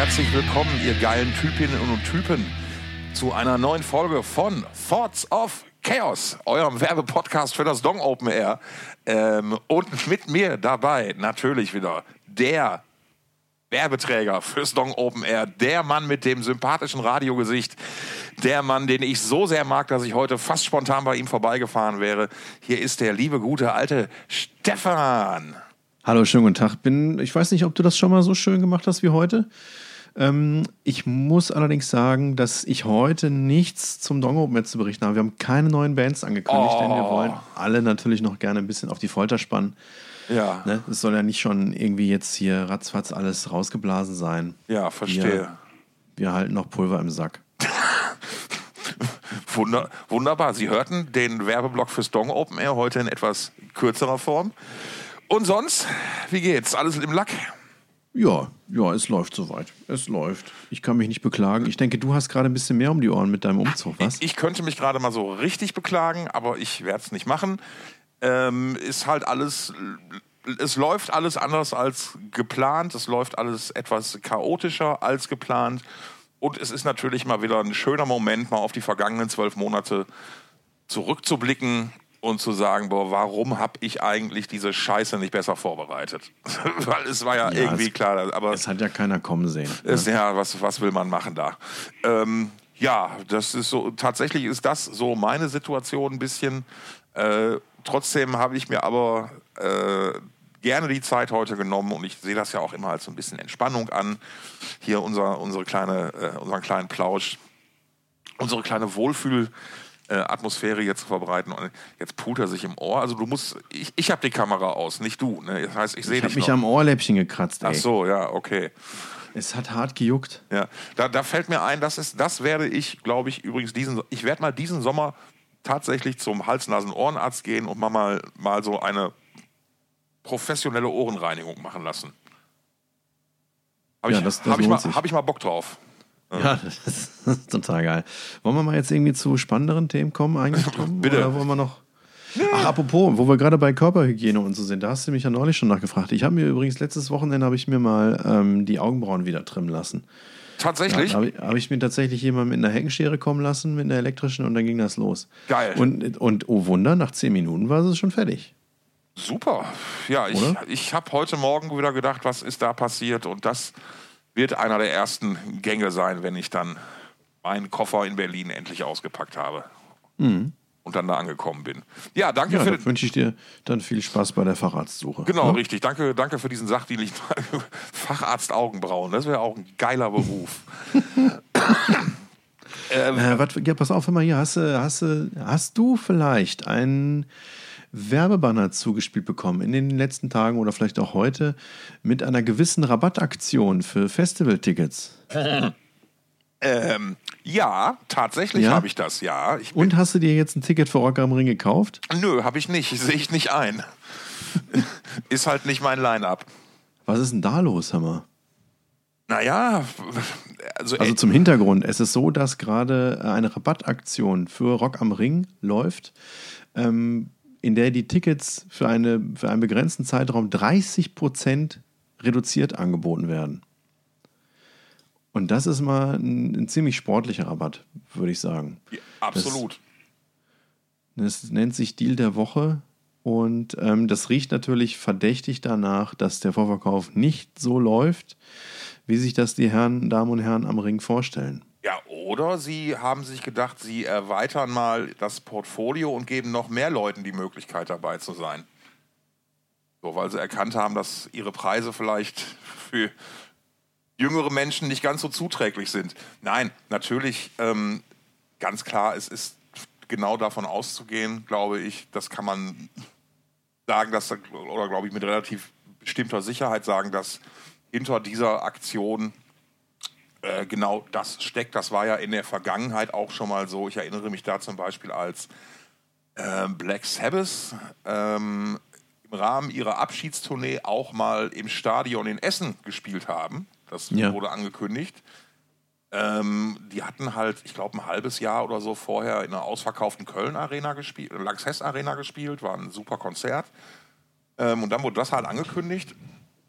herzlich willkommen, ihr geilen Typinnen und Typen, zu einer neuen Folge von Thoughts of Chaos, eurem Werbepodcast für das Dong Open Air. Und mit mir dabei natürlich wieder der Werbeträger fürs Dong Open Air, der Mann mit dem sympathischen Radiogesicht, der Mann, den ich so sehr mag, dass ich heute fast spontan bei ihm vorbeigefahren wäre. Hier ist der liebe, gute, alte Stefan. Hallo, schönen guten Tag. Ich weiß nicht, ob du das schon mal so schön gemacht hast wie heute. Ich muss allerdings sagen, dass ich heute nichts zum Dong Open Air zu berichten habe. Wir haben keine neuen Bands angekündigt, denn wir wollen alle natürlich noch gerne ein bisschen auf die Folter spannen. Ja. Ne? Es soll ja nicht schon irgendwie jetzt hier ratzfatz alles rausgeblasen sein. Ja, verstehe. Wir halten noch Pulver im Sack. Wunderbar. Sie hörten den Werbeblock fürs Dong Open Air heute in etwas kürzerer Form. Und sonst, wie geht's? Alles im Lack? Ja, es läuft soweit. Es läuft. Ich kann mich nicht beklagen. Ich denke, du hast gerade ein bisschen mehr um die Ohren mit deinem Umzug, was? Ich könnte mich gerade mal so richtig beklagen, aber ich werde es nicht machen. Ist halt alles, es läuft alles anders als geplant. Es läuft alles etwas chaotischer als geplant. Und es ist natürlich mal wieder ein schöner Moment, mal auf die vergangenen 12 Monate zurückzublicken und zu sagen, boah, warum habe ich eigentlich diese Scheiße nicht besser vorbereitet? Weil es war ja irgendwie klar. Aber es hat ja keiner kommen sehen. Ja, was will man machen da? Ja, das ist so, tatsächlich ist das so meine Situation ein bisschen. Trotzdem habe ich mir aber gerne die Zeit heute genommen und ich sehe das ja auch immer als so ein bisschen Entspannung an. Hier unseren kleinen Plausch, unsere kleine Wohlfühl-Atmosphäre hier zu verbreiten. Und jetzt pult er sich im Ohr. Also ich habe die Kamera aus, nicht du. Ne? Das heißt, ich sehe dich noch. Ich habe mich am Ohrläppchen gekratzt, ey. Ach so, ja, okay. Es hat hart gejuckt. Ja, da fällt mir ein, das werde ich, glaube ich, übrigens ich werde mal diesen Sommer tatsächlich zum Hals-Nasen-Ohrenarzt gehen und mal so eine professionelle Ohrenreinigung machen lassen. Habe ich mal Bock drauf. Ja, das ist total geil. Wollen wir mal jetzt irgendwie zu spannenderen Themen kommen eigentlich, Tom? Bitte. Oder wollen wir noch... Ach, apropos, wo wir gerade bei Körperhygiene und so sind, da hast du mich ja neulich schon nachgefragt. Ich habe mir übrigens letztes Wochenende mal die Augenbrauen wieder trimmen lassen. Tatsächlich? Ja, habe ich mir tatsächlich jemanden mit einer Heckenschere kommen lassen, mit einer elektrischen, und dann ging das los. Geil. Und oh Wunder, nach 10 Minuten war es schon fertig. Super. Ja, ich habe heute Morgen wieder gedacht, was ist da passiert? Und das wird einer der ersten Gänge sein, wenn ich dann meinen Koffer in Berlin endlich ausgepackt habe. Mhm. Und dann da angekommen bin. Ja, danke ja, da wünsche ich dir dann viel Spaß bei der Facharztsuche. Genau, richtig. Danke für diesen sachdienlichen Facharzt Augenbrauen. Das wäre auch ein geiler Beruf. Pass auf, hör mal hier. Hast du vielleicht einen Werbebanner zugespielt bekommen in den letzten Tagen oder vielleicht auch heute mit einer gewissen Rabattaktion für Festivaltickets? Ja, tatsächlich habe ich das, ja. Und hast du dir jetzt ein Ticket für Rock am Ring gekauft? Nö, habe ich nicht. Sehe ich nicht ein. Ist halt nicht mein Line-Up. Was ist denn da los, Hammer? Naja, also zum Hintergrund. Es ist so, dass gerade eine Rabattaktion für Rock am Ring läuft, in der die Tickets für einen begrenzten Zeitraum 30% reduziert angeboten werden. Und das ist mal ein ziemlich sportlicher Rabatt, würde ich sagen. Ja, absolut. Das nennt sich Deal der Woche und das riecht natürlich verdächtig danach, dass der Vorverkauf nicht so läuft, wie sich das die Damen und Herren am Ring vorstellen. Ja, oder sie haben sich gedacht, sie erweitern mal das Portfolio und geben noch mehr Leuten die Möglichkeit, dabei zu sein. So, weil sie erkannt haben, dass ihre Preise vielleicht für jüngere Menschen nicht ganz so zuträglich sind. Nein, natürlich, ganz klar, es ist genau davon auszugehen, glaube ich, das kann man sagen, oder glaube ich mit relativ bestimmter Sicherheit sagen, dass hinter dieser Aktion genau das steckt. Das war ja in der Vergangenheit auch schon mal so. Ich erinnere mich da zum Beispiel, als Black Sabbath im Rahmen ihrer Abschiedstournee auch mal im Stadion in Essen gespielt haben. Das wurde angekündigt. Die hatten halt, ich glaube, ein halbes Jahr oder so vorher in einer ausverkauften Köln-Arena gespielt, Lanxess-Arena gespielt, war ein super Konzert. Und dann wurde das halt angekündigt.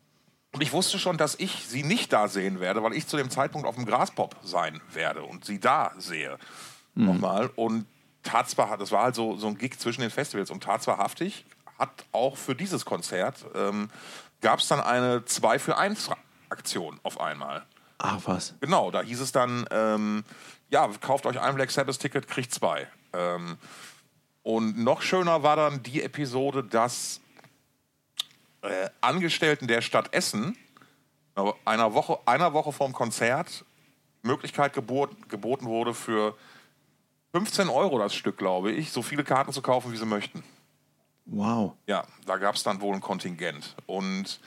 Und ich wusste schon, dass ich sie nicht da sehen werde, weil ich zu dem Zeitpunkt auf dem Graspop sein werde und sie da sehe. Nochmal. Und Tatsache, das war halt so ein Gig zwischen den Festivals. Und tatsächlich hat auch für dieses Konzert gab es dann eine 2-für-1-Aktion auf einmal. Ach was. Genau, da hieß es dann, kauft euch ein Black Sabbath-Ticket, kriegt 2. Und noch schöner war dann die Episode, dass Angestellten der Stadt Essen einer Woche vorm Konzert Möglichkeit geboten wurde, für 15 € das Stück, glaube ich, so viele Karten zu kaufen, wie sie möchten. Wow. Ja, da gab es dann wohl ein Kontingent. Und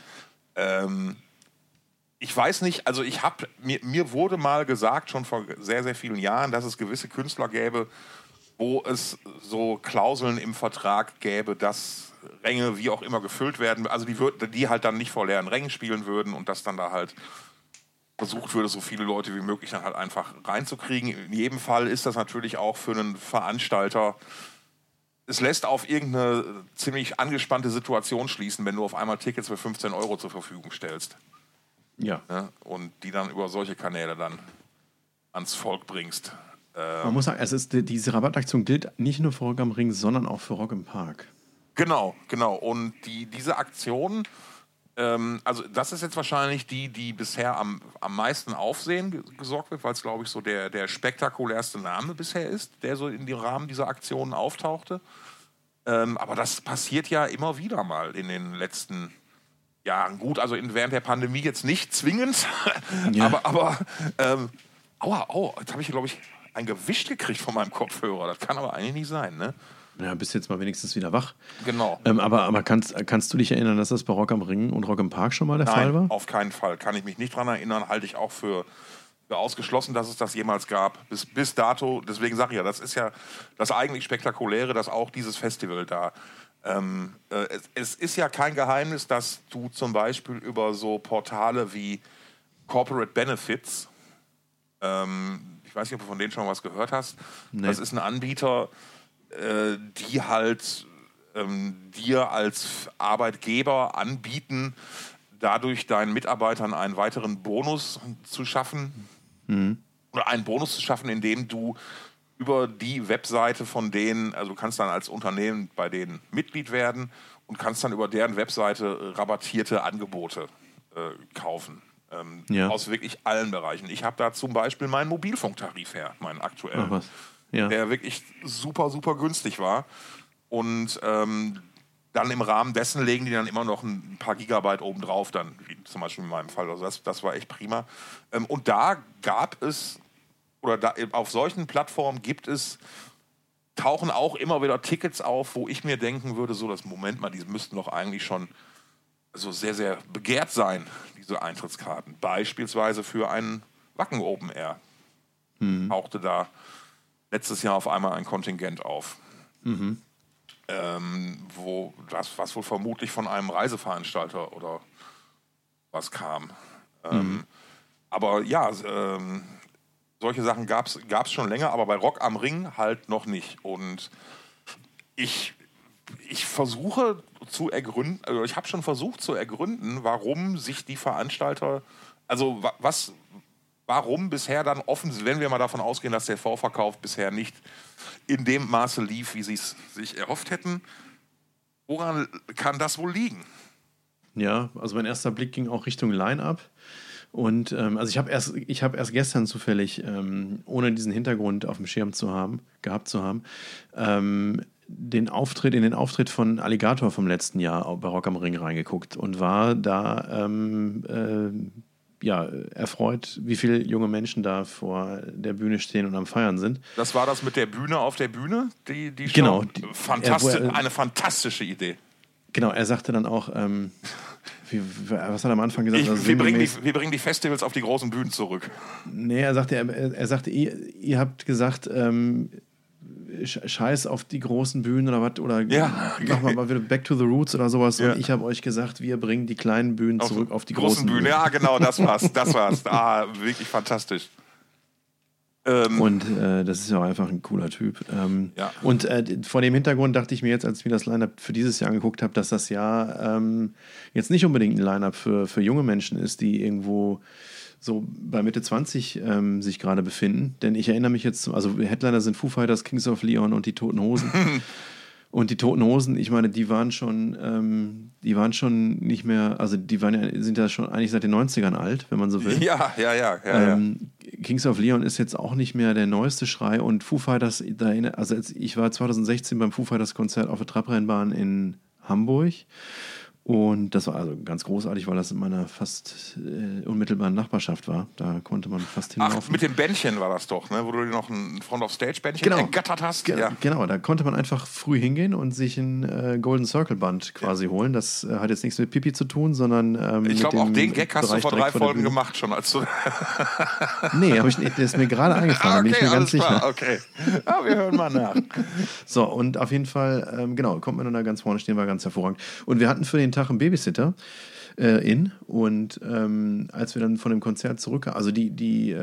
ich weiß nicht, also mir wurde mal gesagt, schon vor sehr, sehr vielen Jahren, dass es gewisse Künstler gäbe, wo es so Klauseln im Vertrag gäbe, dass Ränge wie auch immer gefüllt werden, also die halt dann nicht vor leeren Rängen spielen würden und dass dann da halt versucht würde, so viele Leute wie möglich dann halt einfach reinzukriegen. In jedem Fall ist das natürlich auch für einen Veranstalter, es lässt auf irgendeine ziemlich angespannte Situation schließen, wenn du auf einmal Tickets für 15 € zur Verfügung stellst. Ja. Und die dann über solche Kanäle dann ans Volk bringst. Man muss sagen, diese Rabattaktion gilt nicht nur für Rock am Ring, sondern auch für Rock im Park. Genau. Und diese Aktion, also das ist jetzt wahrscheinlich die bisher am meisten Aufsehen gesorgt wird, weil es, glaube ich, so der spektakulärste Name bisher ist, der so in den Rahmen dieser Aktionen auftauchte. Aber das passiert ja immer wieder mal in den letzten Jahren. Gut, also während der Pandemie jetzt nicht zwingend, ja. aber jetzt habe ich, glaube ich, ein Gewicht gekriegt von meinem Kopfhörer. Das kann aber eigentlich nicht sein, ne? Ja, bist jetzt mal wenigstens wieder wach. Genau. Aber kannst du dich erinnern, dass das bei Rock am Ring und Rock im Park schon mal der Fall war? Nein, auf keinen Fall. Kann ich mich nicht dran erinnern. Halte ich auch für ausgeschlossen, dass es das jemals gab. Bis dato, deswegen sage ich ja, das ist ja das eigentlich Spektakuläre, dass auch dieses Festival da. Es ist ja kein Geheimnis, dass du zum Beispiel über so Portale wie Corporate Benefits, ich weiß nicht, ob du von denen schon was gehört hast, nee. Das ist ein Anbieter, die halt dir als Arbeitgeber anbieten, dadurch deinen Mitarbeitern einen weiteren Bonus zu schaffen. Oder einen Bonus zu schaffen, indem du über die Webseite von denen, also du kannst dann als Unternehmen bei denen Mitglied werden und kannst dann über deren Webseite rabattierte Angebote kaufen. Aus wirklich allen Bereichen. Ich habe da zum Beispiel meinen Mobilfunktarif her, meinen aktuellen. Ach was. Ja. Der wirklich super, super günstig war. Und dann im Rahmen dessen legen die dann immer noch ein paar Gigabyte obendrauf, dann, wie zum Beispiel in meinem Fall. Also das war echt prima. Und da gab es, oder auf solchen Plattformen tauchen auch immer wieder Tickets auf, wo ich mir denken würde, so, das Moment mal, die müssten doch eigentlich schon so sehr, sehr begehrt sein, diese Eintrittskarten. Beispielsweise für einen Wacken Open Air. Tauchte da letztes Jahr auf einmal ein Kontingent auf. Was wohl vermutlich von einem Reiseveranstalter oder was kam. Aber ja, solche Sachen gab es schon länger, aber bei Rock am Ring halt noch nicht. Und ich versuche zu ergründen, also ich habe schon versucht zu ergründen, warum sich die Veranstalter, also warum bisher dann offen, wenn wir mal davon ausgehen, dass der Vorverkauf bisher nicht in dem Maße lief, wie sie es sich erhofft hätten. Woran kann das wohl liegen? Ja, also mein erster Blick ging auch Richtung Line-Up. Und also ich habe erst gestern zufällig, ohne diesen Hintergrund auf dem Schirm gehabt zu haben, in den Auftritt von Alligator vom letzten Jahr bei Rock am Ring reingeguckt und war da erfreut, wie viele junge Menschen da vor der Bühne stehen und am Feiern sind. Das war das mit der Bühne auf der Bühne? Die genau. Eine fantastische Idee. Genau, er sagte dann auch, was hat er am Anfang gesagt? Wir bringen die Festivals auf die großen Bühnen zurück. Nee, er sagte, ihr habt gesagt, Scheiß auf die großen Bühnen oder was, oder mach mal wieder Back to the Roots oder sowas. Ja. Und ich habe euch gesagt, wir bringen die kleinen Bühnen zurück auf die großen Bühnen. Ja, genau, das war's. Ah, wirklich fantastisch. Und das ist ja auch einfach ein cooler Typ. Ja. Und vor dem Hintergrund dachte ich mir jetzt, als ich mir das Line-Up für dieses Jahr angeguckt habe, dass das Jahr jetzt nicht unbedingt ein Line-Up für junge Menschen ist, die irgendwo so bei Mitte 20 sich gerade befinden. Denn ich erinnere mich jetzt, also Headliner sind Foo Fighters, Kings of Leon und die Toten Hosen. Und die Toten Hosen, ich meine, die waren schon nicht mehr, also sind ja schon eigentlich seit den 90ern alt, wenn man so will. Ja. Kings of Leon ist jetzt auch nicht mehr der neueste Schrei und Foo Fighters, also ich war 2016 beim Foo Fighters Konzert auf der Trabrennbahn in Hamburg. Und das war also ganz großartig, weil das in meiner fast unmittelbaren Nachbarschaft war. Da konnte man fast hinlaufen. Ach, mit dem Bändchen war das doch, ne? Wo du dir noch ein Front-of-Stage-Bändchen ergattert hast. Genau, da konnte man einfach früh hingehen und sich ein Golden Circle-Band quasi holen. Das hat jetzt nichts mit Pipi zu tun, sondern ich glaube, auch den Gag hast du vor 3 Folgen gemacht schon. Als du nee, der ist mir gerade eingefallen, bin ich mir ganz sicher. Okay, wir hören mal nach. So, und auf jeden Fall, kommt man dann da ganz vorne stehen, war ganz hervorragend. Und wir hatten für den Tag einen Babysitter und als wir dann von dem Konzert zurückkamen, also die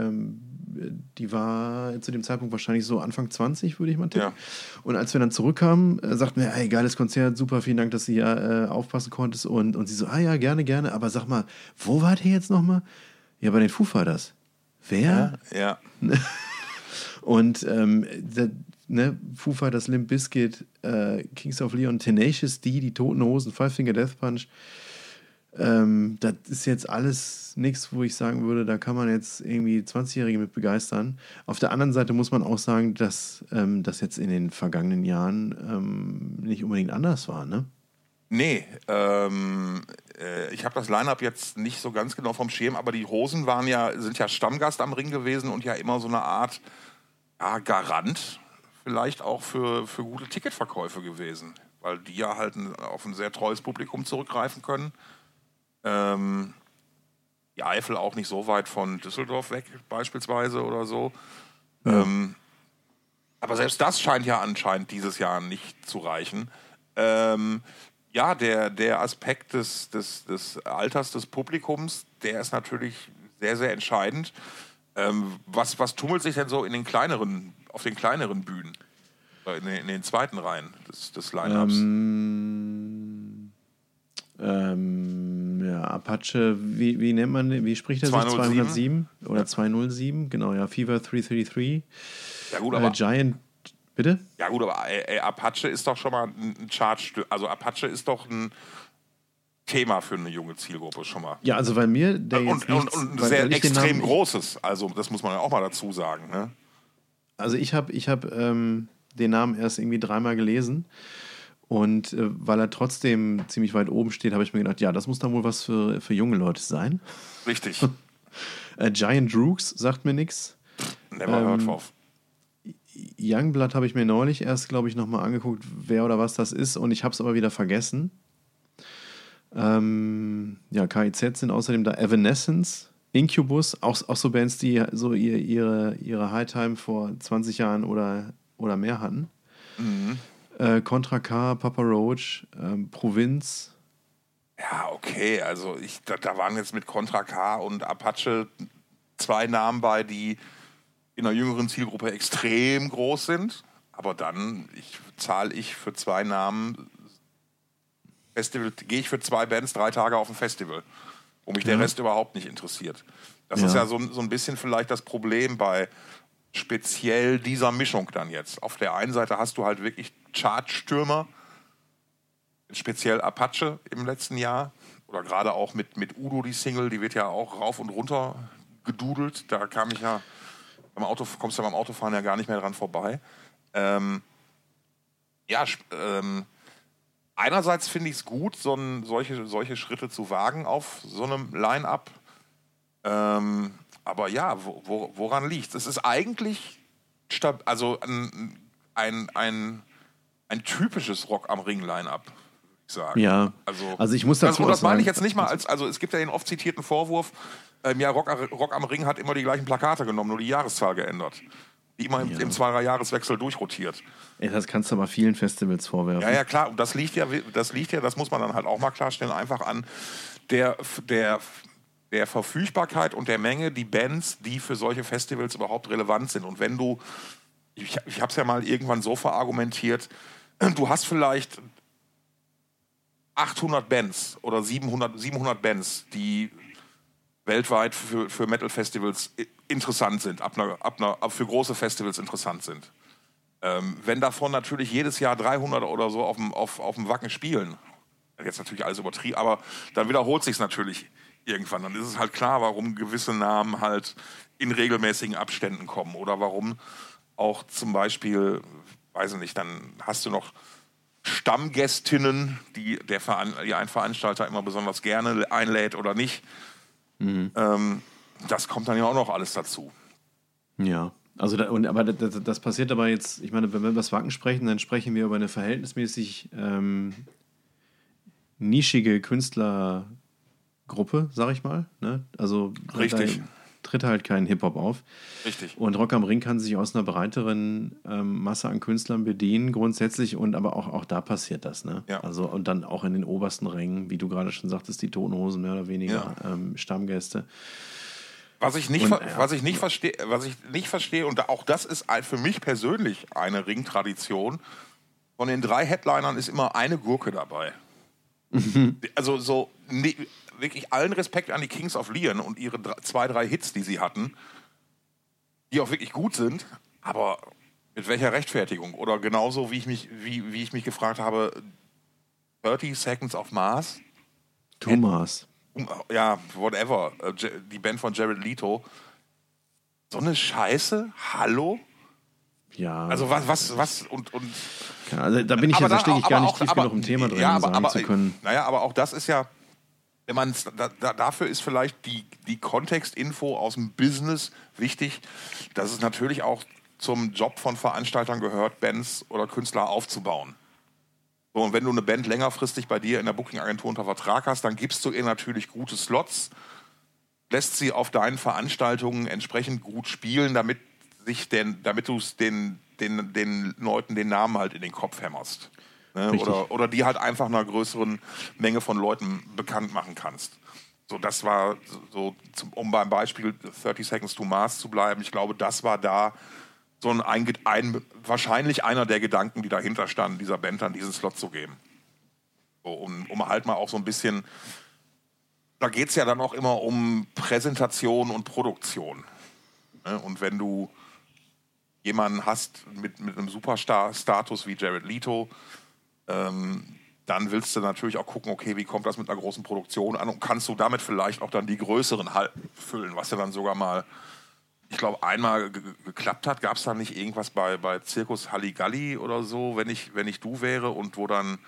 war zu dem Zeitpunkt wahrscheinlich so Anfang 20, würde ich mal tippen. Ja. Und als wir dann zurückkamen, sagten wir, hey, geiles Konzert, super, vielen Dank, dass du hier aufpassen konntest. Und sie so, ja, gerne, aber sag mal, wo wart ihr jetzt nochmal? Ja, bei den Foo Fighters. Wer? Ja. Und Foo Fighters, Limp Bizkit, Kings of Leon, Tenacious D, die Toten Hosen, Five Finger Death Punch. Das ist jetzt alles nichts, wo ich sagen würde, da kann man jetzt irgendwie 20-Jährige mit begeistern. Auf der anderen Seite muss man auch sagen, dass das jetzt in den vergangenen Jahren nicht unbedingt anders war, ne? Nee, ich habe das Line-Up jetzt nicht so ganz genau vom Schirm, aber die Hosen sind ja Stammgast am Ring gewesen und ja immer so eine Art Garant vielleicht auch für gute Ticketverkäufe gewesen, weil die ja halt auf ein sehr treues Publikum zurückgreifen können. Die Eifel auch nicht so weit von Düsseldorf weg beispielsweise oder so. Ja. Aber selbst das scheint ja anscheinend dieses Jahr nicht zu reichen. Ja, der Aspekt des Alters des Publikums, der ist natürlich sehr, sehr entscheidend. Was tummelt sich denn so auf den kleineren Bühnen? In den zweiten Reihen des Line-Ups? Apache, wie nennt man den? Wie spricht er sich? 207 oder 207? Genau, ja, Fever 333. Ja gut, aber Giant, bitte? Ja gut, aber Apache ist doch schon mal ein Chart, also Apache ist doch ein Thema für eine junge Zielgruppe schon mal. Ja, also weil mir der jetzt und sehr extrem großes, also das muss man ja auch mal dazu sagen, ne? Also ich hab den Namen erst irgendwie 3-mal gelesen und weil er trotzdem ziemlich weit oben steht, habe ich mir gedacht, ja, das muss dann wohl was für junge Leute sein. Richtig. Giant Rooks sagt mir nichts. Never heard of. Youngblood habe ich mir neulich erst, glaube ich, nochmal angeguckt, wer oder was das ist, und ich habe es aber wieder vergessen. KIZ sind außerdem da, Evanescence, Incubus, auch so Bands, die so ihre High-Time vor 20 Jahren oder mehr hatten. Mhm. Contra K, Papa Roach, Provinz. Ja, okay, also da waren jetzt mit Contra K und Apache 2 Namen bei, die in einer jüngeren Zielgruppe extrem groß sind, aber dann zahle ich für 2 Namen Festival, gehe ich für 2 Bands 3 Tage auf ein Festival, wo mich der Rest überhaupt nicht interessiert. Das ist ja so ein bisschen vielleicht das Problem bei speziell dieser Mischung dann jetzt. Auf der einen Seite hast du halt wirklich Chartstürmer, speziell Apache im letzten Jahr, oder gerade auch mit Udo, die Single, die wird ja auch rauf und runter gedudelt. Da kommst du beim Autofahren ja gar nicht mehr dran vorbei. Einerseits finde ich es gut, solche Schritte zu wagen auf so einem Line-Up. Aber ja, woran liegt es? Es ist eigentlich ein typisches Rock am Ring Line-Up, würde ich sagen. Ja, also ich muss dazu das meine ich jetzt nicht mal also es gibt ja den oft zitierten Vorwurf, Rock am Ring hat immer die gleichen Plakate genommen, nur die Jahreszahl geändert. Die immer im 2-3-Jahreswechsel durchrotiert. Das kannst du aber vielen Festivals vorwerfen. Ja, klar. Und das liegt ja, das muss man dann halt auch mal klarstellen, einfach an der der Verfügbarkeit und der Menge die Bands, die für solche Festivals überhaupt relevant sind. Und wenn du, ich habe es ja mal irgendwann so verargumentiert, du hast vielleicht 800 Bands oder 700 Bands, die weltweit für Metal-Festivals interessant sind, für große Festivals interessant sind. Wenn davon natürlich jedes Jahr 300 oder so auf dem Wacken spielen, jetzt natürlich alles übertrieben, aber dann wiederholt sich es natürlich irgendwann. Dann ist es halt klar, warum gewisse Namen halt in regelmäßigen Abständen kommen oder warum auch zum Beispiel, weiß ich nicht, dann hast du noch Stammgästinnen, die ein Veranstalter immer besonders gerne einlädt oder nicht. Das kommt dann ja auch noch alles dazu. Ja, also aber das passiert aber jetzt, ich meine, wenn wir über das Wacken sprechen, dann sprechen wir über eine verhältnismäßig nischige Künstlergruppe, sag ich mal. Ne? Also richtig. Da tritt halt kein Hip-Hop auf. Richtig. Und Rock am Ring kann sich aus einer breiteren Masse an Künstlern bedienen, grundsätzlich, und aber auch da passiert das, ne? Ja. Also, und dann auch in den obersten Rängen, wie du gerade schon sagtest, die Toten Hosen mehr oder weniger, Stammgäste. Was ich nicht verstehe, und auch das ist für mich persönlich eine Ringtradition, von den 3 Headlinern ist immer eine Gurke dabei. Also so wirklich allen Respekt an die Kings of Leon und ihre 2, 3 Hits, die sie hatten, die auch wirklich gut sind, aber mit welcher Rechtfertigung? Oder genauso wie ich mich gefragt habe, 30 Seconds of Mars? Thomas. Ja, whatever. Die Band von Jared Leto. So eine Scheiße? Hallo? Ja. Also was und also da bin ich jetzt, verstehe ich gar nicht tief genug im Thema drin, um sagen zu können. Naja, aber auch das ist ja, wenn man dafür ist vielleicht die Kontextinfo aus dem Business wichtig, dass es natürlich auch zum Job von Veranstaltern gehört, Bands oder Künstler aufzubauen. So, und wenn du eine Band längerfristig bei dir in der Booking-Agentur unter Vertrag hast, dann gibst du ihr natürlich gute Slots, lässt sie auf deinen Veranstaltungen entsprechend gut spielen, damit du es den Leuten den Namen halt in den Kopf hämmerst. Ne? Oder die halt einfach einer größeren Menge von Leuten bekannt machen kannst. So, das war so, um beim Beispiel 30 Seconds to Mars zu bleiben, ich glaube, das war da so wahrscheinlich einer der Gedanken, die dahinter standen, dieser Band dann diesen Slot zu geben. So, um halt mal auch so ein bisschen, da geht es ja dann auch immer um Präsentation und Produktion. Ne? Und wenn du jemanden hast mit einem Superstar-Status wie Jared Leto, dann willst du natürlich auch gucken, okay, wie kommt das mit einer großen Produktion an und kannst du damit vielleicht auch dann die größeren Hallen füllen, was ja dann sogar mal, ich glaube, einmal geklappt hat. Gab es da nicht irgendwas bei Zirkus Halligalli oder so, wenn ich du wäre, und wo dann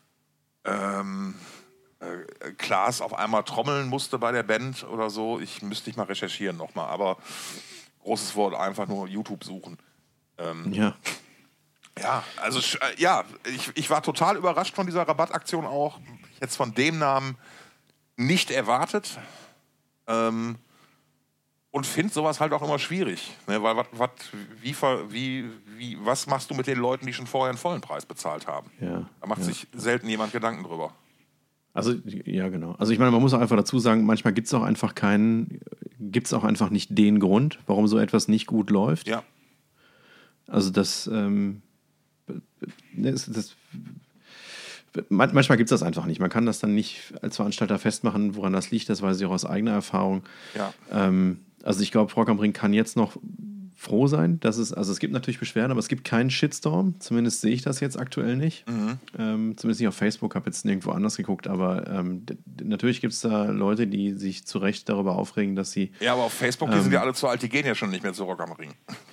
Klaas auf einmal trommeln musste bei der Band oder so? Ich müsste nicht mal recherchieren nochmal, aber großes Wort, einfach nur YouTube suchen. Ja. Ja, also ich war total überrascht von dieser Rabattaktion auch. Jetzt von dem Namen nicht erwartet. Und finde sowas halt auch immer schwierig. Ne? Weil was machst du mit den Leuten, die schon vorher einen vollen Preis bezahlt haben? Ja, da macht sich selten jemand Gedanken drüber. Also, ja, genau. Also ich meine, man muss auch einfach dazu sagen, manchmal gibt es auch einfach nicht den Grund, warum so etwas nicht gut läuft. Ja. Also manchmal gibt es das einfach nicht. Man kann das dann nicht als Veranstalter festmachen, woran das liegt. Das weiß ich auch aus eigener Erfahrung. Ja. Also ich glaube, Rock am Ring kann jetzt noch froh sein, dass es gibt natürlich Beschwerden, aber es gibt keinen Shitstorm. Zumindest sehe ich das jetzt aktuell nicht. Zumindest nicht auf Facebook, habe jetzt nirgendwo anders geguckt, aber natürlich gibt es da Leute, die sich zu Recht darüber aufregen, dass sie... Ja, aber auf Facebook, die sind ja alle zu alt, die gehen ja schon nicht mehr zu Rock am Ring.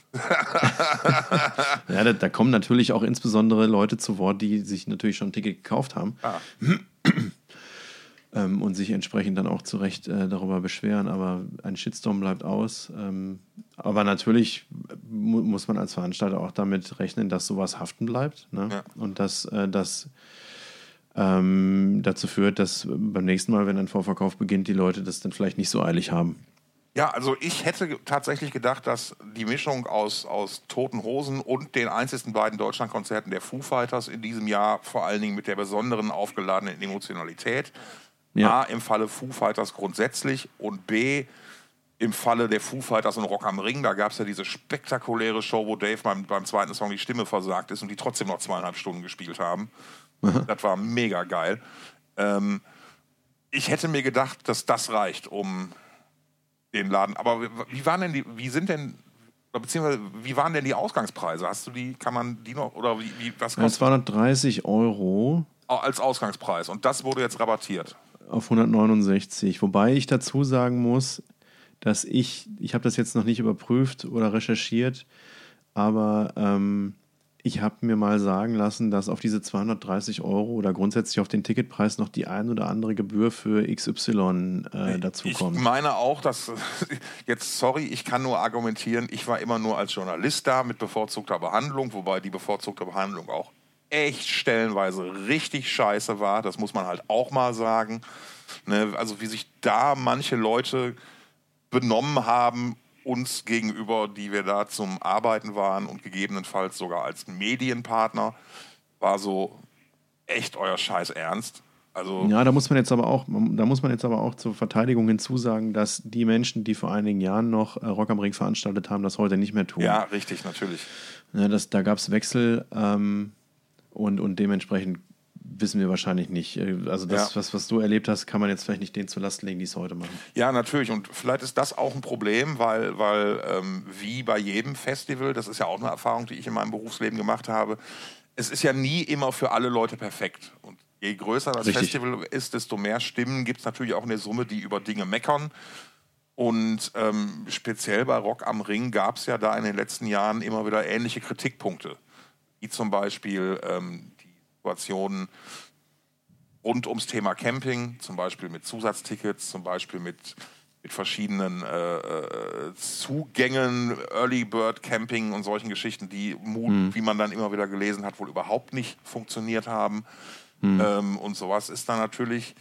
Ja, da kommen natürlich auch insbesondere Leute zu Wort, die sich natürlich schon ein Ticket gekauft haben. Und sich entsprechend dann auch zu Recht darüber beschweren, aber ein Shitstorm bleibt aus. Aber natürlich muss man als Veranstalter auch damit rechnen, dass sowas haften bleibt. Ne? Ja. Und dass das dazu führt, dass beim nächsten Mal, wenn ein Vorverkauf beginnt, die Leute das dann vielleicht nicht so eilig haben. Ja, also ich hätte tatsächlich gedacht, dass die Mischung aus Toten Hosen und den einzigen beiden Deutschlandkonzerten der Foo Fighters in diesem Jahr, vor allen Dingen mit der besonderen aufgeladenen Emotionalität, A, im Falle Foo Fighters grundsätzlich und B, im Falle der Foo Fighters und Rock am Ring. Da gab es ja diese spektakuläre Show, wo Dave beim zweiten Song die Stimme versagt ist und die trotzdem noch 2,5 Stunden gespielt haben. Das war mega geil. Ich hätte mir gedacht, dass das reicht, um den Laden. Aber wie waren denn wie waren denn die Ausgangspreise? Kann man die noch, oder was kostet? 230 €. Als Ausgangspreis. Und das wurde jetzt rabattiert. Auf 169. Wobei ich dazu sagen muss, dass ich habe das jetzt noch nicht überprüft oder recherchiert, aber ich habe mir mal sagen lassen, dass auf diese 230 € oder grundsätzlich auf den Ticketpreis noch die ein oder andere Gebühr für XY dazu kommt. Ich meine auch, dass ich kann nur argumentieren, ich war immer nur als Journalist da mit bevorzugter Behandlung, wobei die bevorzugte Behandlung auch echt stellenweise richtig scheiße war, das muss man halt auch mal sagen. Ne? Also wie sich da manche Leute benommen haben, uns gegenüber, die wir da zum Arbeiten waren und gegebenenfalls sogar als Medienpartner, war so echt euer Scheiß ernst. Also ja, da muss man jetzt aber auch zur Verteidigung hinzusagen, dass die Menschen, die vor einigen Jahren noch Rock am Ring veranstaltet haben, das heute nicht mehr tun. Ja, richtig, natürlich. Ja, da gab es Wechsel und dementsprechend wissen wir wahrscheinlich nicht. Also das, was du erlebt hast, kann man jetzt vielleicht nicht denen zur Last legen, die es heute machen. Ja, natürlich. Und vielleicht ist das auch ein Problem, weil wie bei jedem Festival, das ist ja auch eine Erfahrung, die ich in meinem Berufsleben gemacht habe, es ist ja nie immer für alle Leute perfekt. Und je größer das Festival ist, desto mehr Stimmen gibt es natürlich auch in der Summe, die über Dinge meckern. Und speziell bei Rock am Ring gab es ja da in den letzten Jahren immer wieder ähnliche Kritikpunkte. Wie zum Beispiel die Situationen rund ums Thema Camping, zum Beispiel mit Zusatztickets, zum Beispiel mit verschiedenen Zugängen, Early Bird Camping und solchen Geschichten, die, wie man dann immer wieder gelesen hat, wohl überhaupt nicht funktioniert haben. Und sowas ist dann natürlich,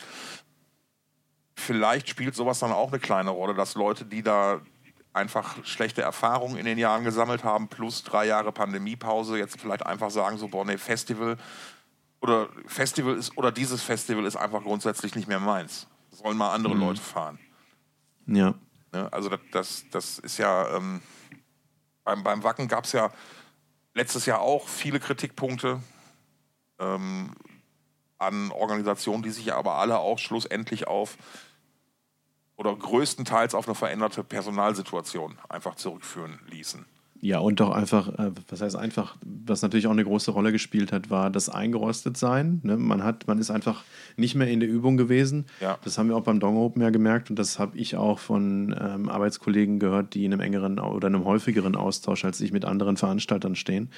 vielleicht spielt sowas dann auch eine kleine Rolle, dass Leute, die da einfach schlechte Erfahrungen in den Jahren gesammelt haben, plus 3 Jahre Pandemiepause, jetzt vielleicht einfach sagen so, boah, nee, dieses Festival ist einfach grundsätzlich nicht mehr meins. Sollen mal andere Leute fahren. Ja. Ne? Also das ist ja, beim Wacken gab es ja letztes Jahr auch viele Kritikpunkte an Organisationen, die sich aber alle auch schlussendlich größtenteils auf eine veränderte Personalsituation einfach zurückführen ließen. Ja, und doch einfach, was natürlich auch eine große Rolle gespielt hat, war das Eingerostetsein. Ne? Man ist einfach nicht mehr in der Übung gewesen. Ja. Das haben wir auch beim Dong Open ja gemerkt und das habe ich auch von Arbeitskollegen gehört, die in einem engeren oder einem häufigeren Austausch als ich mit anderen Veranstaltern stehen.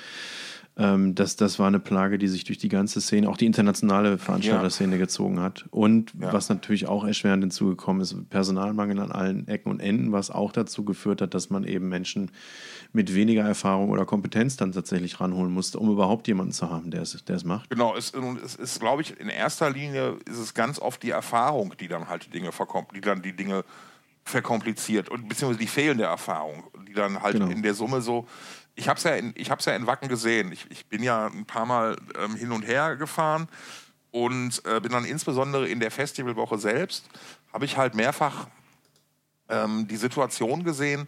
Das war eine Plage, die sich durch die ganze Szene, auch die internationale Veranstalterszene gezogen hat. Und was natürlich auch erschwerend hinzugekommen ist, Personalmangel an allen Ecken und Enden, was auch dazu geführt hat, dass man eben Menschen mit weniger Erfahrung oder Kompetenz dann tatsächlich ranholen musste, um überhaupt jemanden zu haben, der es macht. Genau, es ist, glaube ich, in erster Linie ist es ganz oft die Erfahrung, die dann halt die Dinge verkompliziert und beziehungsweise die fehlende Erfahrung, die dann halt in der Summe so. Ich hab's ja in Wacken gesehen. Ich bin ja ein paar Mal hin und her gefahren und bin dann insbesondere in der Festivalwoche selbst, habe ich halt mehrfach die Situation gesehen,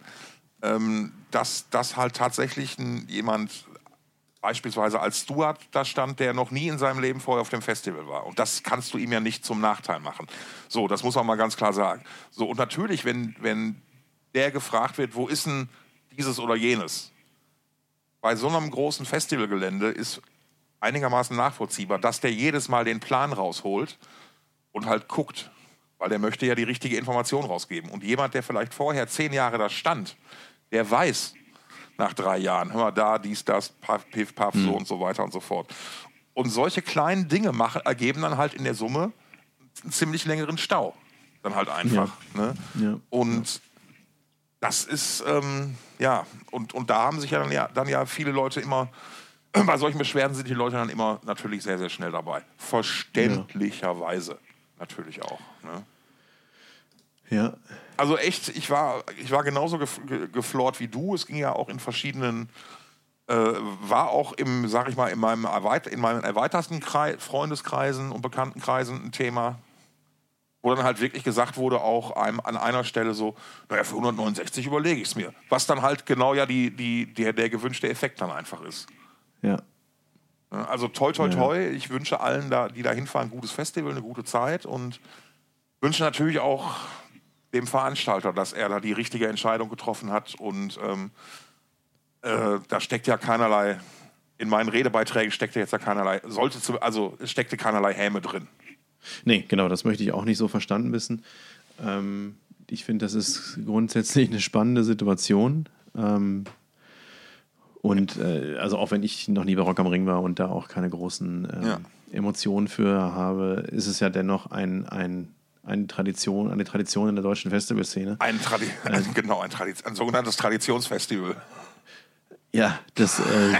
dass halt tatsächlich jemand beispielsweise als Steward da stand, der noch nie in seinem Leben vorher auf dem Festival war. Und das kannst du ihm ja nicht zum Nachteil machen. So, das muss man mal ganz klar sagen. So, und natürlich, wenn der gefragt wird, wo ist denn dieses oder jenes? Bei so einem großen Festivalgelände ist einigermaßen nachvollziehbar, dass der jedes Mal den Plan rausholt und halt guckt, weil der möchte ja die richtige Information rausgeben. Und jemand, der vielleicht vorher 10 Jahre da stand, der weiß nach 3 Jahren, hör mal da, dies, das, piff, paff, so und so weiter und so fort. Und solche kleinen Dinge ergeben dann halt in der Summe einen ziemlich längeren Stau. Dann halt einfach. Ja. Ne? Ja. Und das ist, und da haben sich dann ja viele Leute immer, bei solchen Beschwerden sind die Leute dann immer natürlich sehr, sehr schnell dabei. Verständlicherweise natürlich auch. Ne? Ja. Also echt, ich war genauso geflort wie du. Es ging ja auch in verschiedenen, war auch in meinen erweiterten Freundeskreisen und Bekanntenkreisen ein Thema. Wo dann halt wirklich gesagt wurde, auch an einer Stelle so, naja, für 169 überlege ich es mir. Was dann halt genau ja der gewünschte Effekt dann einfach ist. Ja. Also toi. Ich wünsche allen, die da hinfahren, ein gutes Festival, eine gute Zeit und wünsche natürlich auch dem Veranstalter, dass er da die richtige Entscheidung getroffen hat und da steckt ja keinerlei, in meinen Redebeiträgen steckte jetzt ja keinerlei, es steckte keinerlei Häme drin. Nee, genau, das möchte ich auch nicht so verstanden wissen. Ich finde, das ist grundsätzlich eine spannende Situation. Also auch wenn ich noch nie bei Rock am Ring war und da auch keine großen Emotionen für habe, ist es ja dennoch eine Tradition in der deutschen Festivalszene. Ein sogenanntes Traditionsfestival. Ja, das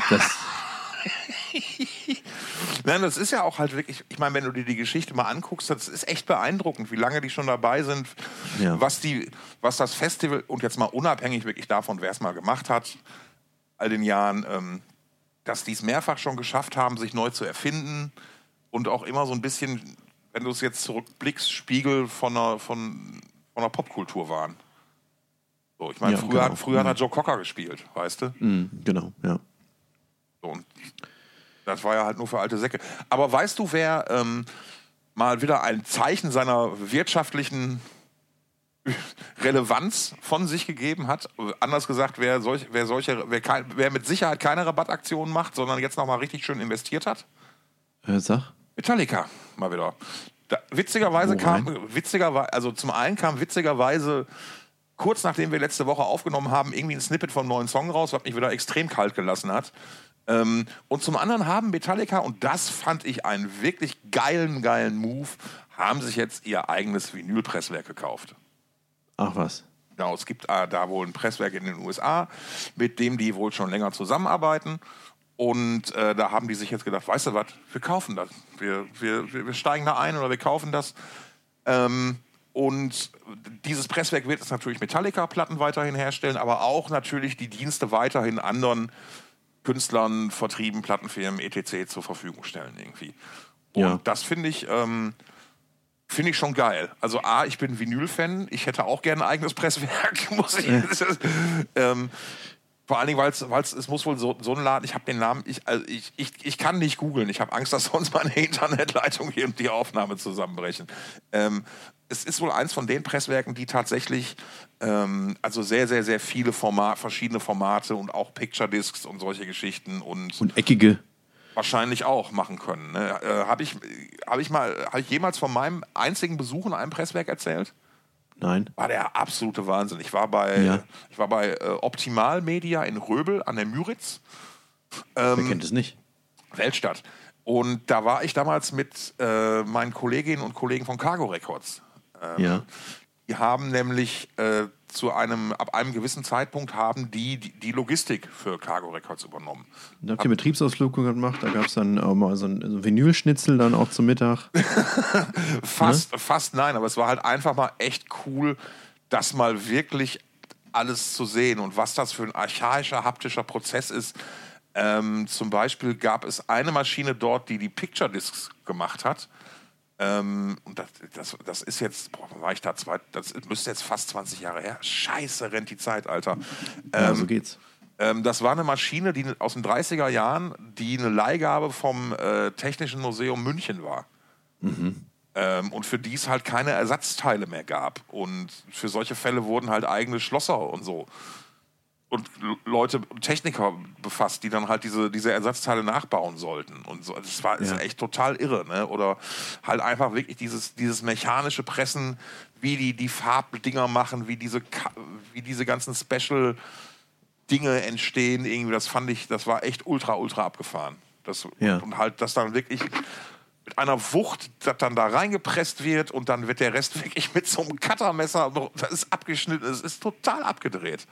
Nein, das ist ja auch halt wirklich, ich meine, wenn du dir die Geschichte mal anguckst, das ist echt beeindruckend, wie lange die schon dabei sind, was das Festival, und jetzt mal unabhängig wirklich davon, wer es mal gemacht hat, all den Jahren, dass die es mehrfach schon geschafft haben, sich neu zu erfinden und auch immer so ein bisschen, wenn du es jetzt zurückblickst, Spiegel von einer Popkultur waren. So, ich meine, früher hat Joe Cocker gespielt, weißt du? Genau, ja. So, und das war ja halt nur für alte Säcke. Aber weißt du, wer mal wieder ein Zeichen seiner wirtschaftlichen Relevanz von sich gegeben hat? Anders gesagt, wer mit Sicherheit keine Rabattaktionen macht, sondern jetzt nochmal richtig schön investiert hat? Sag. Metallica, mal wieder. Witzigerweise zum einen kam witzigerweise kurz nachdem wir letzte Woche aufgenommen haben, irgendwie ein Snippet vom neuen Song raus, was mich wieder extrem kalt gelassen hat. Und zum anderen haben Metallica, und das fand ich einen wirklich geilen Move, haben sich jetzt ihr eigenes Vinylpresswerk gekauft. Ach was. Genau, es gibt da wohl ein Presswerk in den USA, mit dem die wohl schon länger zusammenarbeiten. Und da haben die sich jetzt gedacht, weißt du was, wir kaufen das. Wir steigen da ein oder wir kaufen das. Und dieses Presswerk wird jetzt natürlich Metallica-Platten weiterhin herstellen, aber auch natürlich die Dienste weiterhin anderen Künstlern, Vertrieben, Plattenfirmen, etc. zur Verfügung stellen irgendwie. Und das finde ich schon geil. Also ich bin Vinyl-Fan, ich hätte auch gerne ein eigenes Presswerk, muss ich. Vor allen Dingen, weil es muss wohl so ein Laden, ich habe den Namen, ich kann nicht googeln, ich habe Angst, dass sonst meine Internetleitung hier und die Aufnahme zusammenbrechen. Es ist wohl eins von den Presswerken, die tatsächlich also sehr, sehr, sehr viele verschiedene Formate und auch Picture Discs und solche Geschichten und eckige wahrscheinlich auch machen können. Ne? Habe ich jemals von meinem einzigen Besuch in einem Presswerk erzählt? Nein. War der absolute Wahnsinn. Ich war bei Optimal Media in Röbel an der Müritz. Wer kennt es nicht? Weltstadt. Und da war ich damals mit meinen Kolleginnen und Kollegen von Cargo Records. Die haben nämlich ab einem gewissen Zeitpunkt haben die Logistik für Cargo Records übernommen. Da habt ihr Betriebsausflug gemacht, da gab es dann auch mal so ein Vinylschnitzel dann auch zum Mittag. Fast nein, aber es war halt einfach mal echt cool, das mal wirklich alles zu sehen und was das für ein archaischer, haptischer Prozess ist. Zum Beispiel gab es eine Maschine dort, die Picture Discs gemacht hat. Und das ist jetzt, war ich da das müsste jetzt fast 20 Jahre her. Scheiße, rennt die Zeit, Alter. So geht's. Das war eine Maschine, die aus den 30er Jahren, die eine Leihgabe vom Technischen Museum München war. Und für die es halt keine Ersatzteile mehr gab. Und für solche Fälle wurden halt eigene Schlosser und so. Und Techniker befasst, die dann halt diese Ersatzteile nachbauen sollten. Und so. Das ist echt total irre. Ne? Oder halt einfach wirklich dieses mechanische Pressen, wie die Farbdinger machen, wie diese ganzen Special-Dinge entstehen. Irgendwie, das war echt ultra abgefahren. Und halt, dass dann wirklich mit einer Wucht das dann da reingepresst wird und dann wird der Rest wirklich mit so einem Cuttermesser, das ist abgeschnitten, es ist total abgedreht.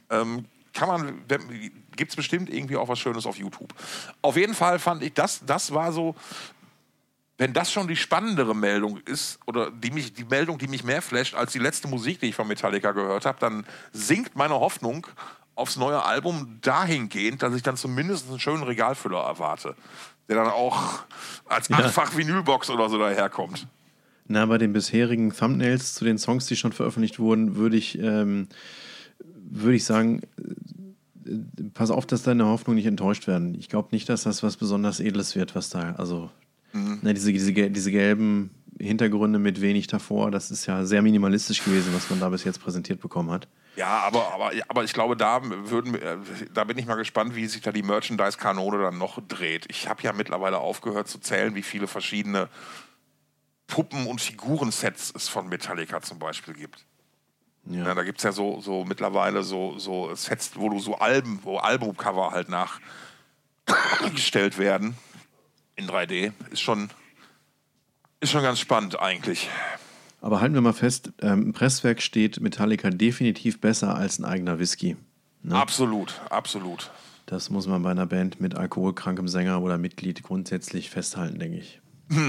Gibt es bestimmt irgendwie auch was Schönes auf YouTube. Auf jeden Fall fand ich, das war so, wenn das schon die spannendere Meldung ist, oder die Meldung, die mich mehr flasht als die letzte Musik, die ich von Metallica gehört habe, dann sinkt meine Hoffnung aufs neue Album dahingehend, dass ich dann zumindest einen schönen Regalfüller erwarte, der dann auch als 8-fach Vinylbox oder so daherkommt. Na, bei den bisherigen Thumbnails zu den Songs, die schon veröffentlicht wurden, würde ich sagen, pass auf, dass deine Hoffnung nicht enttäuscht werden. Ich glaube nicht, dass das was besonders Edles wird, was da, also diese gelben Hintergründe mit wenig davor, das ist ja sehr minimalistisch gewesen, was man da bis jetzt präsentiert bekommen hat. Ja, aber ich glaube, da bin ich mal gespannt, wie sich da die Merchandise-Kanone dann noch dreht. Ich habe ja mittlerweile aufgehört zu zählen, wie viele verschiedene Puppen- und Figurensets es von Metallica zum Beispiel gibt. Ja, da gibt es ja so mittlerweile so Sets, wo du wo Albumcover halt nachgestellt werden in 3D. Ist schon ganz spannend eigentlich. Aber halten wir mal fest, im Presswerk steht Metallica definitiv besser als ein eigener Whisky. Ne? Absolut, absolut. Das muss man bei einer Band mit alkoholkrankem Sänger oder Mitglied grundsätzlich festhalten, denke ich.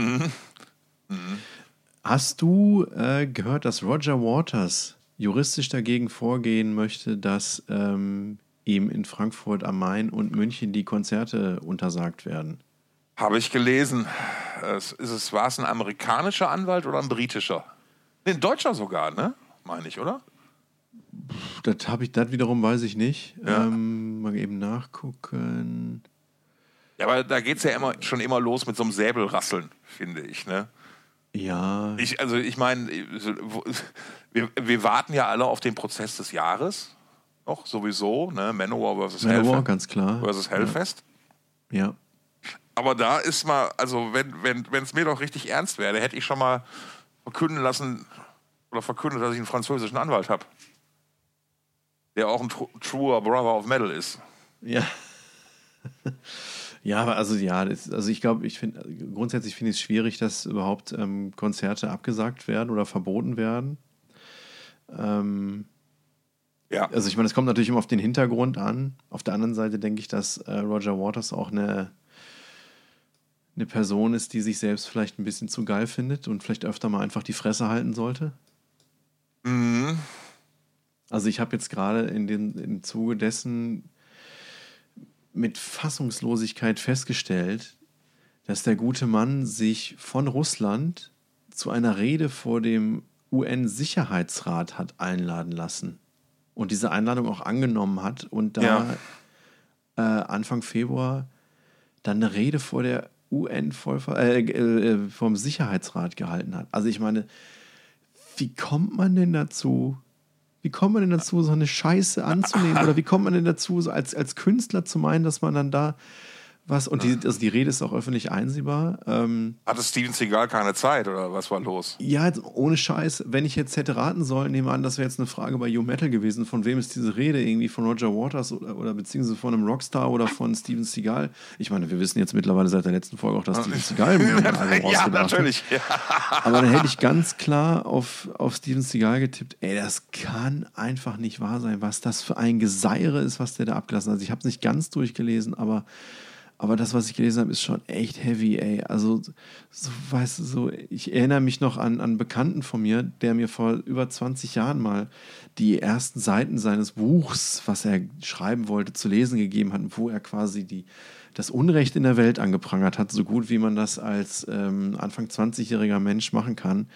Hast du gehört, dass Roger Waters juristisch dagegen vorgehen möchte, dass ihm in Frankfurt am Main und München die Konzerte untersagt werden? Habe ich gelesen. War es ein amerikanischer Anwalt oder ein britischer? Ein Deutscher sogar, ne? Meine ich, oder? Das wiederum weiß ich nicht. Ja. Mal eben nachgucken. Ja, aber da geht es ja schon immer los mit so einem Säbelrasseln, finde ich, ne? Ja. Ich meine, wir warten ja alle auf den Prozess des Jahres. Noch sowieso, ne? Manowar versus Hellfest. Ganz klar. Versus Hellfest. Ja. Aber da ist mal, also wenn es mir doch richtig ernst wäre, hätte ich schon mal verkündet, dass ich einen französischen Anwalt habe. Der auch ein truer Brother of Metal ist. Ja. Ja, aber grundsätzlich finde ich es schwierig, dass überhaupt Konzerte abgesagt werden oder verboten werden. Ja. Also ich meine, es kommt natürlich immer auf den Hintergrund an. Auf der anderen Seite denke ich, dass Roger Waters auch eine Person ist, die sich selbst vielleicht ein bisschen zu geil findet und vielleicht öfter mal einfach die Fresse halten sollte. Mhm. Also ich habe jetzt gerade im Zuge dessen mit Fassungslosigkeit festgestellt, dass der gute Mann sich von Russland zu einer Rede vor dem UN-Sicherheitsrat hat einladen lassen und diese Einladung auch angenommen hat und da Anfang Februar dann eine Rede vor der vom Sicherheitsrat gehalten hat. Also ich meine, wie kommt man denn dazu, so eine Scheiße anzunehmen? Oder wie kommt man denn dazu, so als Künstler zu meinen, dass man dann da was... Und die Rede ist auch öffentlich einsehbar. Hatte Steven Seagal keine Zeit oder was war los? Ja, jetzt, ohne Scheiß, wenn ich jetzt hätte raten sollen, nehme an, das wäre jetzt eine Frage bei You Metal gewesen, von wem ist diese Rede? Irgendwie von Roger Waters oder beziehungsweise von einem Rockstar oder von Steven Seagal? Ich meine, wir wissen jetzt mittlerweile seit der letzten Folge auch, dass Steven Seagal ja, natürlich. Ja. Aber dann hätte ich ganz klar auf Steven Seagal getippt. Ey, das kann einfach nicht wahr sein, was das für ein Geseire ist, was der da abgelassen hat. Also ich habe es nicht ganz durchgelesen, aber das, was ich gelesen habe, ist schon echt heavy, ey. Also, weißt du, ich erinnere mich noch an einen Bekannten von mir, der mir vor über 20 Jahren mal die ersten Seiten seines Buchs, was er schreiben wollte, zu lesen gegeben hat, wo er quasi das Unrecht in der Welt angeprangert hat, so gut wie man das als Anfang 20-jähriger Mensch machen kann.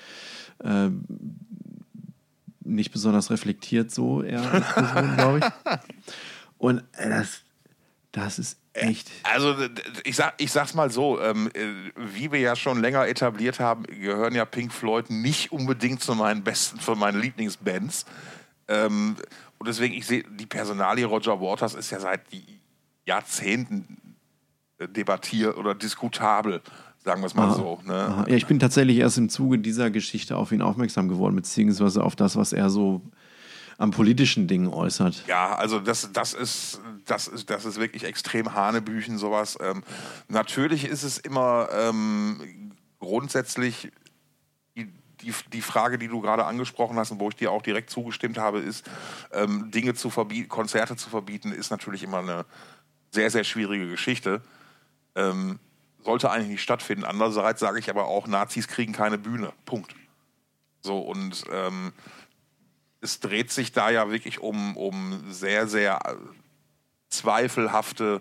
Nicht besonders reflektiert so, eher als Person, glaube ich. Und das ist echt. Also ich sag's mal so, wie wir ja schon länger etabliert haben, gehören ja Pink Floyd nicht unbedingt zu meinen Lieblingsbands. Und deswegen, ich sehe, die Personalie Roger Waters ist ja seit Jahrzehnten debattiert oder diskutabel, sagen wir es mal so. Ne? Ja, ich bin tatsächlich erst im Zuge dieser Geschichte auf ihn aufmerksam geworden, beziehungsweise auf das, was er so am politischen Dingen äußert. Ja, also das ist wirklich extrem Hanebüchen, sowas. Natürlich ist es immer grundsätzlich die Frage, die du gerade angesprochen hast und wo ich dir auch direkt zugestimmt habe, ist, Dinge zu verbieten, Konzerte zu verbieten, ist natürlich immer eine sehr, sehr schwierige Geschichte. Sollte eigentlich nicht stattfinden. Andererseits sage ich aber auch, Nazis kriegen keine Bühne. Punkt. So, und es dreht sich da ja wirklich um sehr, sehr zweifelhafte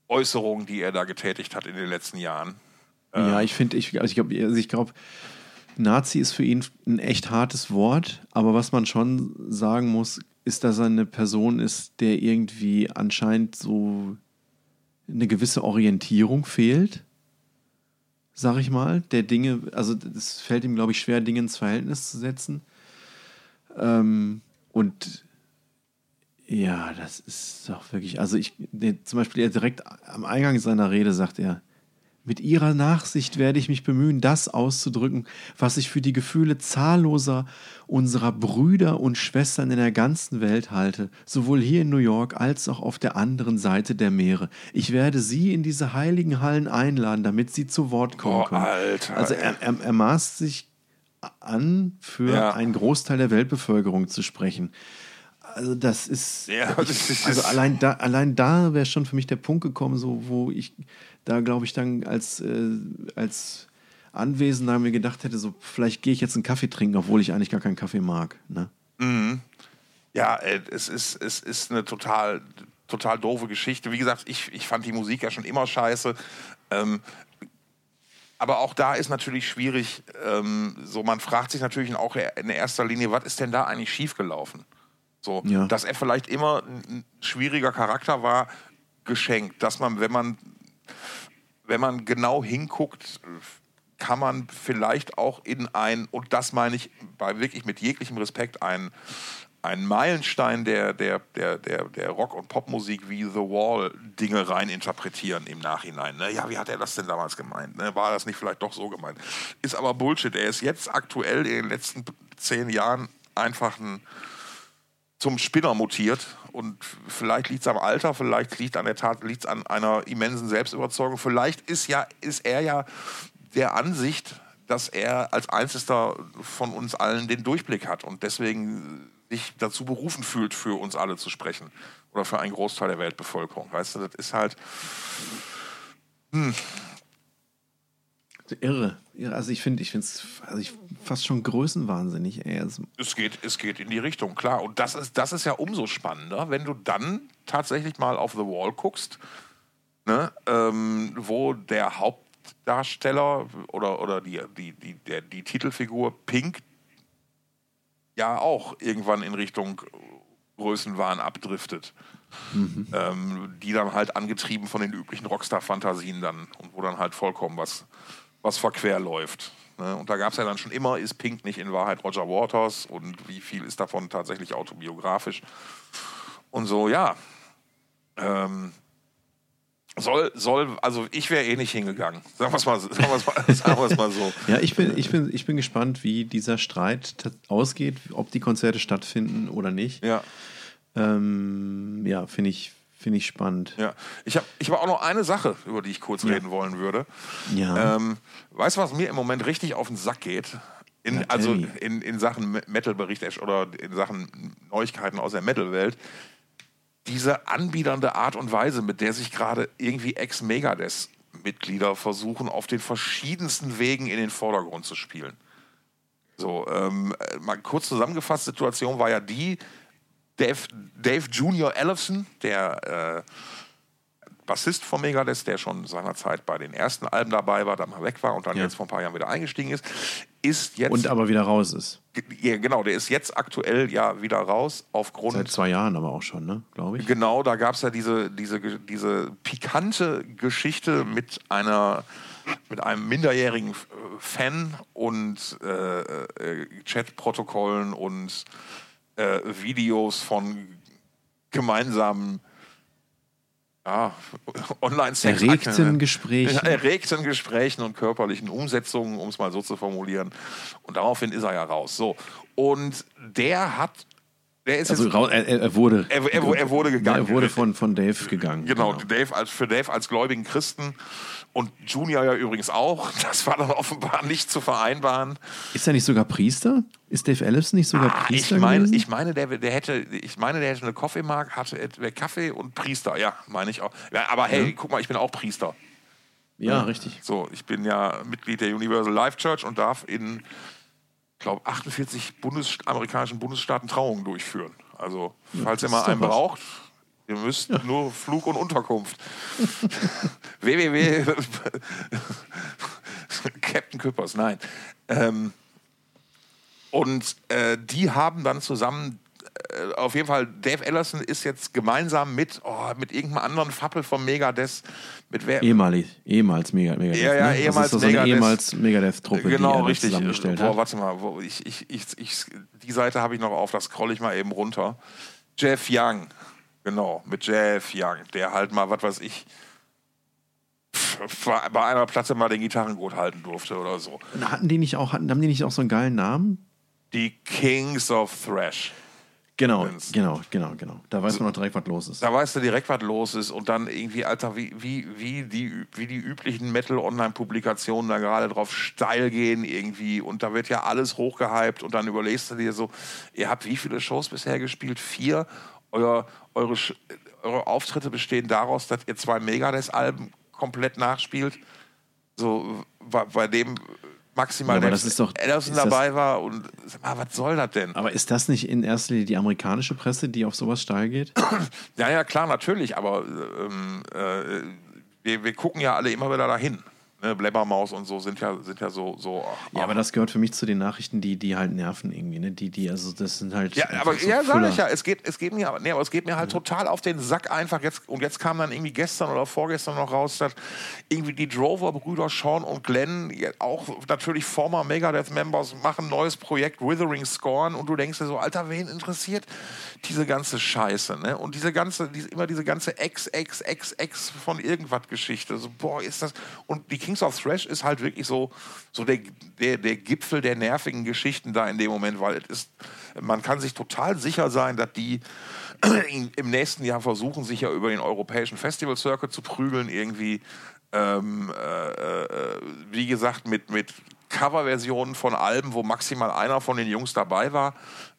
Äußerungen, die er da getätigt hat in den letzten Jahren. Ja, ich glaube, Nazi ist für ihn ein echt hartes Wort, aber was man schon sagen muss, ist, dass er eine Person ist, der irgendwie anscheinend so eine gewisse Orientierung fehlt, sag ich mal, der Dinge, also es fällt ihm, glaube ich, schwer, Dinge ins Verhältnis zu setzen. Und ja, das ist doch wirklich, also zum Beispiel direkt am Eingang seiner Rede sagt er, mit Ihrer Nachsicht werde ich mich bemühen, das auszudrücken, was ich für die Gefühle zahlloser unserer Brüder und Schwestern in der ganzen Welt halte, sowohl hier in New York als auch auf der anderen Seite der Meere. Ich werde Sie in diese heiligen Hallen einladen, damit Sie zu Wort kommen können. Alter, also er maßt sich an, für einen Großteil der Weltbevölkerung zu sprechen. Also das ist, also allein da wäre schon für mich der Punkt gekommen, so wo ich da, glaube ich, dann als Anwesender mir gedacht hätte, so vielleicht gehe ich jetzt einen Kaffee trinken, obwohl ich eigentlich gar keinen Kaffee mag. Ne? Mhm. Ja, es ist eine total doofe Geschichte. Wie gesagt, ich fand die Musik ja schon immer scheiße. Aber auch da ist natürlich schwierig, so man fragt sich natürlich auch in erster Linie, was ist denn da eigentlich schiefgelaufen? So, ja. Dass er vielleicht immer ein schwieriger Charakter war, geschenkt. Dass man, wenn man genau hinguckt, kann man vielleicht auch und das meine ich wirklich mit jeglichem Respekt, einen Meilenstein der Rock- und Popmusik wie The Wall Dinge reininterpretieren im Nachhinein. Ne? Ja, wie hat er das denn damals gemeint? Ne? War das nicht vielleicht doch so gemeint? Ist aber Bullshit. Er ist jetzt aktuell in den letzten 10 Jahren einfach zum Spinner mutiert und vielleicht liegt es am Alter, vielleicht liegt es an einer immensen Selbstüberzeugung, vielleicht ist er ja der Ansicht, dass er als Einziger von uns allen den Durchblick hat und deswegen sich dazu berufen fühlt, für uns alle zu sprechen oder für einen Großteil der Weltbevölkerung. Weißt du, das ist halt Irre. Also ich finde es fast schon größenwahnsinnig. Es geht in die Richtung, klar. Und das ist ja umso spannender, wenn du dann tatsächlich mal auf The Wall guckst, ne, wo der Hauptdarsteller oder die Titelfigur Pink ja auch irgendwann in Richtung Größenwahn abdriftet. Die dann halt angetrieben von den üblichen Rockstar-Fantasien dann und wo dann halt vollkommen was verquer läuft. Ne? Und da gab es ja dann schon immer, ist Pink nicht in Wahrheit Roger Waters und wie viel ist davon tatsächlich autobiografisch? Und so, ja. Also ich wäre eh nicht hingegangen. Sagen wir es mal so. Ja, ich bin gespannt, wie dieser Streit ausgeht, ob die Konzerte stattfinden oder nicht. Ja. Ja, finde ich spannend. Ja. Ich hab auch noch eine Sache, über die ich kurz reden wollen würde. Ja. Weißt du, was mir im Moment richtig auf den Sack geht? In Sachen Metal-Bericht oder in Sachen Neuigkeiten aus der Metal-Welt. Diese anbiedernde Art und Weise, mit der sich gerade irgendwie Ex-Megadeth-Mitglieder versuchen, auf den verschiedensten Wegen in den Vordergrund zu spielen. So, mal kurz zusammengefasst, Situation war ja die, Dave Junior Ellefson, der Bassist von Megadeth, der schon seinerzeit bei den ersten Alben dabei war, dann mal weg war und dann jetzt vor ein paar Jahren wieder eingestiegen ist jetzt... Und aber wieder raus ist. Ja, genau, der ist jetzt aktuell ja wieder raus aufgrund... Seit 2 Jahren aber auch schon, ne, glaube ich. Genau, da gab es ja diese pikante Geschichte mit einem minderjährigen Fan und Chatprotokollen und Videos von gemeinsamen Online-Sex. Erregten Gesprächen und körperlichen Umsetzungen, um es mal so zu formulieren. Und daraufhin ist er ja raus. So. Und er wurde gegangen. Er wurde von Dave gegangen. Genau. Für Dave als gläubigen Christen und Junior ja übrigens auch. Das war dann offenbar nicht zu vereinbaren. Ist er nicht sogar Priester? Ist Dave Ellefson nicht sogar Priester gewesen? Ich meine, der hätte eine Kaffeemark, hatte Kaffee und Priester. Ja, meine ich auch. Ja, aber hey, guck mal, ich bin auch Priester. Ja, richtig. So, ich bin ja Mitglied der Universal Life Church und darf in, ich glaube, 48 amerikanischen Bundesstaaten Trauungen durchführen. Also, falls ihr mal einen braucht, ihr müsst nur Flug und Unterkunft. www. Captain Küppers, nein. Und die haben dann zusammen, auf jeden Fall, Dave Ellefson ist jetzt gemeinsam mit irgendeinem anderen Fappel vom Megadeth. Ehemals Megadeth. Ja, ne? ehemals das ist so eine ehemals Megadeth-Truppe, genau, die er richtig. zusammengestellt hat. Warte mal, die Seite habe ich noch auf, das scroll ich mal eben runter. Jeff Young, genau, mit Jeff Young, der halt mal, was weiß ich, bei einer Platte mal den Gitarrengurt halten durfte oder so. Haben die nicht auch so einen geilen Namen? Die Kings of Thrash. Genau. Da weiß man noch direkt, was los ist. Da weißt du direkt, was los ist. Und dann irgendwie, Alter, wie die üblichen Metal-Online-Publikationen da gerade drauf steil gehen irgendwie. Und da wird ja alles hochgehypt. Und dann überlegst du dir so, ihr habt wie viele Shows bisher gespielt? 4. Eure Auftritte bestehen daraus, dass ihr 2 Megadeth-Alben komplett nachspielt. So, bei dem maximal Ellefson dabei war und sag mal, was soll das denn? Aber ist das nicht in erster Linie die amerikanische Presse, die auf sowas steil geht? Ja, klar, natürlich, aber wir gucken ja alle immer wieder dahin. Ne? Blabbermaus und so sind ja so. Ja, aber das gehört für mich zu den Nachrichten, die halt nerven irgendwie. Ne? Also das sind halt. Ja, aber so sag ich ja, es geht mir halt total auf den Sack einfach jetzt. Und jetzt kam dann irgendwie gestern oder vorgestern noch raus, dass irgendwie die Drover-Brüder Sean und Glenn, auch natürlich former Megadeth-Members, machen ein neues Projekt, Withering Scorn. Und du denkst dir so, Alter, wen interessiert diese ganze Scheiße? Ne? Und diese ganze Ex von irgendwas Geschichte. So, boah, ist das. Und die Kings of Thrash ist halt wirklich so der Gipfel der nervigen Geschichten da in dem Moment, weil man kann sich total sicher sein, dass die im nächsten Jahr versuchen, sich ja über den europäischen Festival Circuit zu prügeln, irgendwie, wie gesagt, mit Coverversionen von Alben, wo maximal einer von den Jungs dabei war.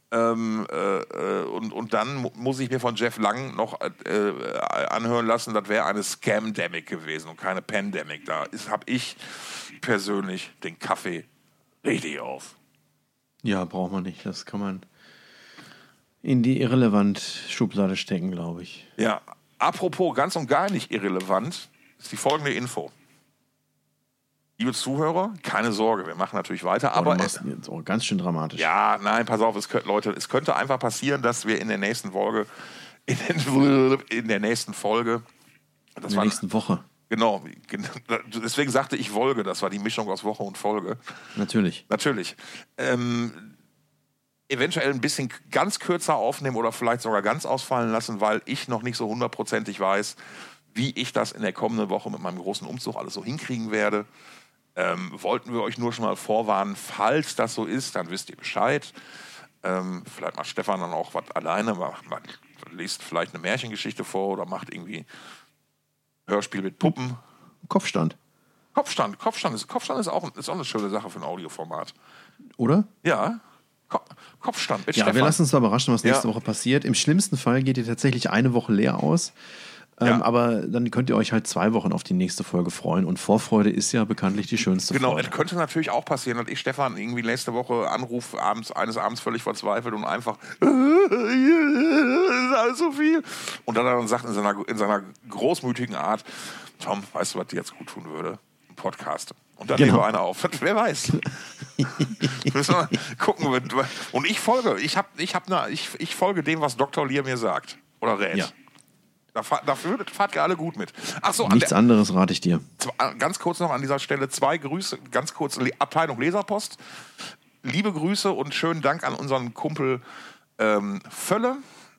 Und dann muss ich mir von Jeff Lang noch anhören lassen, das wäre eine Scamdemic gewesen und keine Pandemic. Da habe ich persönlich den Kaffee richtig auf. Ja, braucht man nicht. Das kann man in die Irrelevant-Schublade stecken, glaube ich. Ja, apropos ganz und gar nicht irrelevant, ist die folgende Info. Liebe Zuhörer, keine Sorge, wir machen natürlich weiter. Aber du machst jetzt auch ganz schön dramatisch. Ja, nein, pass auf, es könnte einfach passieren, dass wir in der nächsten Folge, in der nächsten Woche. Genau, deswegen sagte ich Folge, das war die Mischung aus Woche und Folge. Natürlich. Eventuell ein bisschen ganz kürzer aufnehmen oder vielleicht sogar ganz ausfallen lassen, weil ich noch nicht so 100%ig weiß, wie ich das in der kommenden Woche mit meinem großen Umzug alles so hinkriegen werde. Wollten wir euch nur schon mal vorwarnen, falls das so ist, dann wisst ihr Bescheid. Vielleicht macht Stefan dann auch was alleine, liest vielleicht eine Märchengeschichte vor oder macht irgendwie Hörspiel mit Puppen. Kopfstand ist auch eine schöne Sache für ein Audioformat. Oder? Ja, Kopfstand mit Ja, Stefan. wir lassen uns mal überraschen, was nächste Woche passiert. Im schlimmsten Fall geht ihr tatsächlich eine Woche leer aus. Aber dann könnt ihr euch halt 2 Wochen auf die nächste Folge freuen. Und Vorfreude ist ja bekanntlich die schönste Freude. Genau, es könnte natürlich auch passieren, dass ich Stefan irgendwie nächste Woche anrufe, eines Abends völlig verzweifelt und einfach ist alles so viel. Und dann sagt in seiner großmütigen Art, Tom, weißt du, was dir jetzt gut tun würde? Ein Podcast. Und dann nehmen wir eine auf. Wer weiß. Müssen wir gucken. Und ich folge. Ich folge dem, was Dr. Lear mir sagt. Oder rät. Ja. Dafür fahrt ihr alle gut mit. Ach so, nichts anderes rate ich dir. Ganz kurz noch an dieser Stelle 2 Grüße, ganz kurz, Abteilung Leserpost. Liebe Grüße und schönen Dank an unseren Kumpel Völle,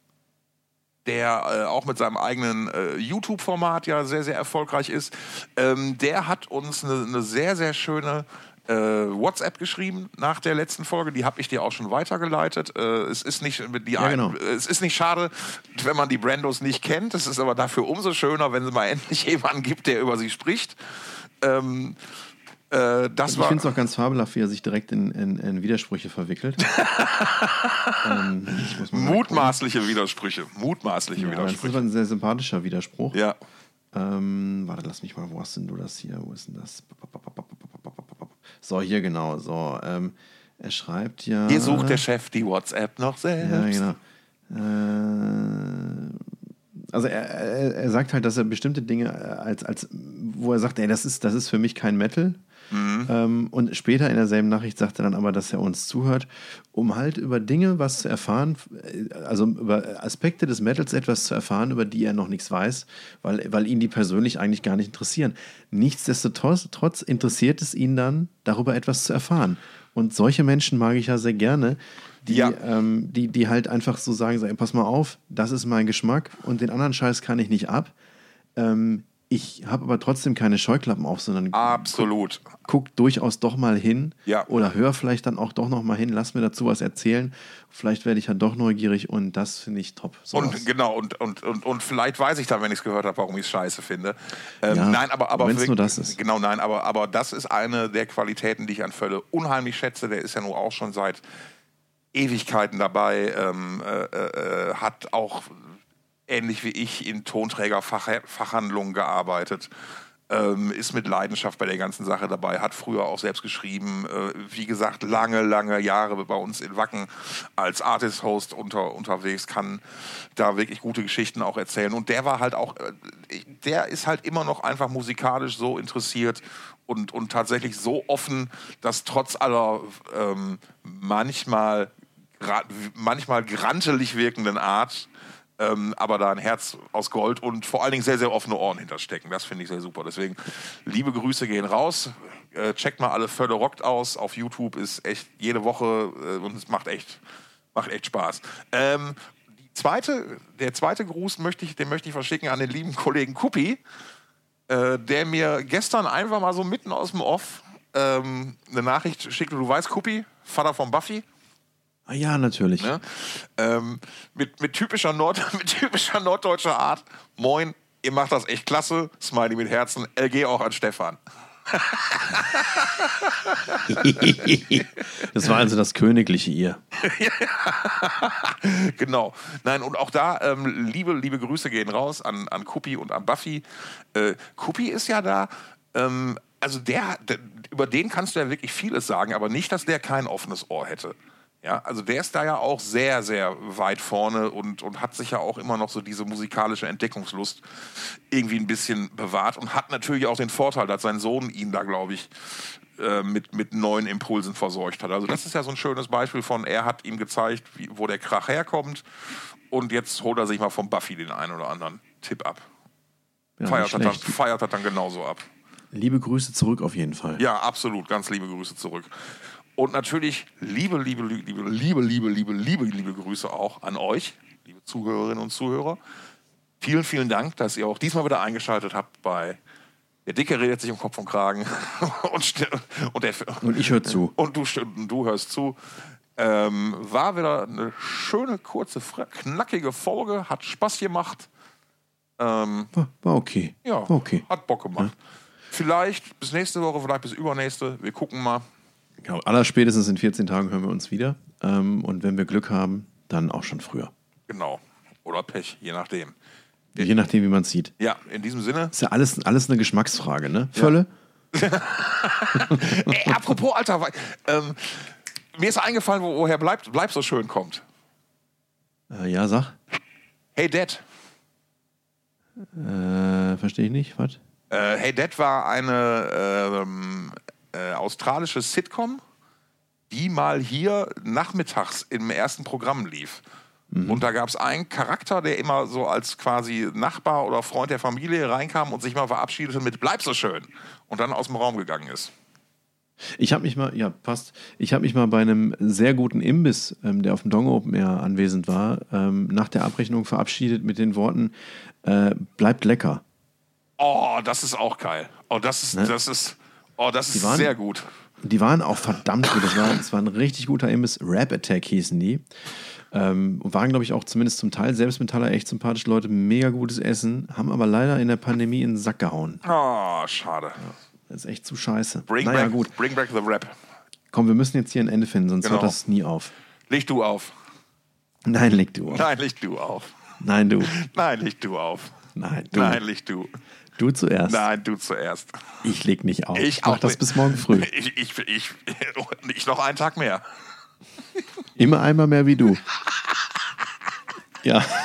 der auch mit seinem eigenen YouTube-Format ja sehr, sehr erfolgreich ist. Der hat uns eine sehr, sehr schöne WhatsApp geschrieben nach der letzten Folge, die habe ich dir auch schon weitergeleitet. Es ist nicht schade, wenn man die Brandos nicht kennt. Es ist aber dafür umso schöner, wenn es mal endlich jemanden gibt, der über sie spricht. Ich finde es auch ganz fabelhaft, wie er sich direkt in Widersprüche verwickelt. Mutmaßliche Widersprüche. Das ist aber ein sehr sympathischer Widerspruch. Ja. Warte, lass mich mal, wo hast denn du das hier? Wo ist denn das? So, hier genau. So, er schreibt ja... Hier sucht der Chef die WhatsApp noch selbst. Ja, genau. Also er sagt halt, dass er bestimmte Dinge wo er sagt, ey, das ist für mich kein Metal. Und später in derselben Nachricht sagt er dann aber, dass er uns zuhört, um halt über Dinge was zu erfahren, also über Aspekte des Metals etwas zu erfahren, über die er noch nichts weiß, weil ihn die persönlich eigentlich gar nicht interessieren. Nichtsdestotrotz interessiert es ihn dann, darüber etwas zu erfahren. Und solche Menschen mag ich ja sehr gerne, die halt einfach so sagen, pass mal auf, das ist mein Geschmack und den anderen Scheiß kann ich nicht ab. Ich habe aber trotzdem keine Scheuklappen auf, sondern absolut. Guck durchaus doch mal hin ja. oder hör vielleicht dann auch doch noch mal hin, lass mir dazu was erzählen. Vielleicht werde ich ja doch neugierig und das finde ich top. Und genau, und vielleicht weiß ich dann, wenn ich es gehört habe, warum ich es scheiße finde. Nein, aber wenn es nur das ist. Genau, nein, aber das ist eine der Qualitäten, die ich an Völle unheimlich schätze. Der ist ja nun auch schon seit Ewigkeiten dabei, hat auch ähnlich wie ich in Tonträgerfachhandlungen gearbeitet, ist mit Leidenschaft bei der ganzen Sache dabei, hat früher auch selbst geschrieben, wie gesagt, lange Jahre bei uns in Wacken als Artist-Host unterwegs, kann da wirklich gute Geschichten auch erzählen. Und der war halt auch, der ist halt immer noch einfach musikalisch so interessiert und tatsächlich so offen, dass trotz aller manchmal grantelig wirkenden Art aber da ein Herz aus Gold und vor allen Dingen sehr, sehr offene Ohren hinterstecken. Das finde ich sehr super. Deswegen, liebe Grüße gehen raus. Checkt mal alle Völle rockt aus. Auf YouTube ist echt jede Woche und es macht echt Spaß. Der zweite Gruß möchte ich verschicken an den lieben Kollegen Kuppi, der mir gestern einfach mal so mitten aus dem Off eine Nachricht schickte. Du weißt, Kuppi, Vater von Buffy. Ah ja, natürlich. Ne? Mit typischer norddeutscher Art. Moin, ihr macht das echt klasse. Smiley mit Herzen. LG auch an Stefan. Das war also das königliche Ihr. Genau. Nein, und auch da liebe Grüße gehen raus an Kuppi und an Buffy. Kuppi ist ja da, also über den kannst du ja wirklich vieles sagen, aber nicht, dass der kein offenes Ohr hätte. Ja, also der ist da ja auch sehr, sehr weit vorne und hat sich ja auch immer noch so diese musikalische Entdeckungslust irgendwie ein bisschen bewahrt und hat natürlich auch den Vorteil, dass sein Sohn ihn da, glaube ich, mit neuen Impulsen versorgt hat. Also das ist ja so ein schönes Beispiel von, er hat ihm gezeigt, wo der Krach herkommt und jetzt holt er sich mal vom Buffy den einen oder anderen Tipp ab. Ja, feiert hat dann genauso ab. Liebe Grüße zurück auf jeden Fall. Ja, absolut, ganz liebe Grüße zurück. Und natürlich liebe Grüße auch an euch, liebe Zuhörerinnen und Zuhörer. Vielen, vielen Dank, dass ihr auch diesmal wieder eingeschaltet habt bei Der Dicke redet sich um Kopf und Kragen. Und ich höre zu. Und du hörst zu. War wieder eine schöne, kurze, knackige Folge. Hat Spaß gemacht. War okay. Ja, war okay. Hat Bock gemacht. Ja. Vielleicht bis nächste Woche, vielleicht bis übernächste. Wir gucken mal. Genau, allerspätestens in 14 Tagen hören wir uns wieder. Und wenn wir Glück haben, dann auch schon früher. Genau. Oder Pech, je nachdem. Je nachdem, wie man es sieht. Ja, in diesem Sinne. Ist ja alles eine Geschmacksfrage, ne? Völle? Ja. Ey, apropos, Alter, mir ist eingefallen, woher bleib so schön kommt. Ja, sag. Hey Dad. Verstehe ich nicht, was? Hey Dad war eine australische Sitcom, die mal hier nachmittags im ersten Programm lief. Mhm. Und da gab es einen Charakter, der immer so als quasi Nachbar oder Freund der Familie reinkam und sich mal verabschiedete mit "Bleib so schön" und dann aus dem Raum gegangen ist. Ich habe mich mal bei einem sehr guten Imbiss, der auf dem Dong Open Air anwesend war, nach der Abrechnung verabschiedet mit den Worten "Bleibt lecker". Oh, das ist auch geil. Oh, das ist sehr gut. Die waren auch verdammt gut. Das war ein richtig guter Imbiss. Rap Attack hießen die. Und waren, glaube ich, auch zumindest zum Teil Selbstmetaller echt sympathische Leute. Mega gutes Essen. Haben aber leider in der Pandemie in den Sack gehauen. Oh, schade. Ja, das ist echt zu scheiße. Bring back the rap. Komm, wir müssen jetzt hier ein Ende finden, sonst hört das nie auf. Leg du auf. Nein, leg du auf. Nein, leg du auf. Nein, du. Nein, leg du auf. Nein, du. Nein, leg du. Du zuerst. Nein, du zuerst. Ich leg nicht auf. Ich mach das bis morgen früh. Ich noch einen Tag mehr. Immer einmal mehr wie du. Ja.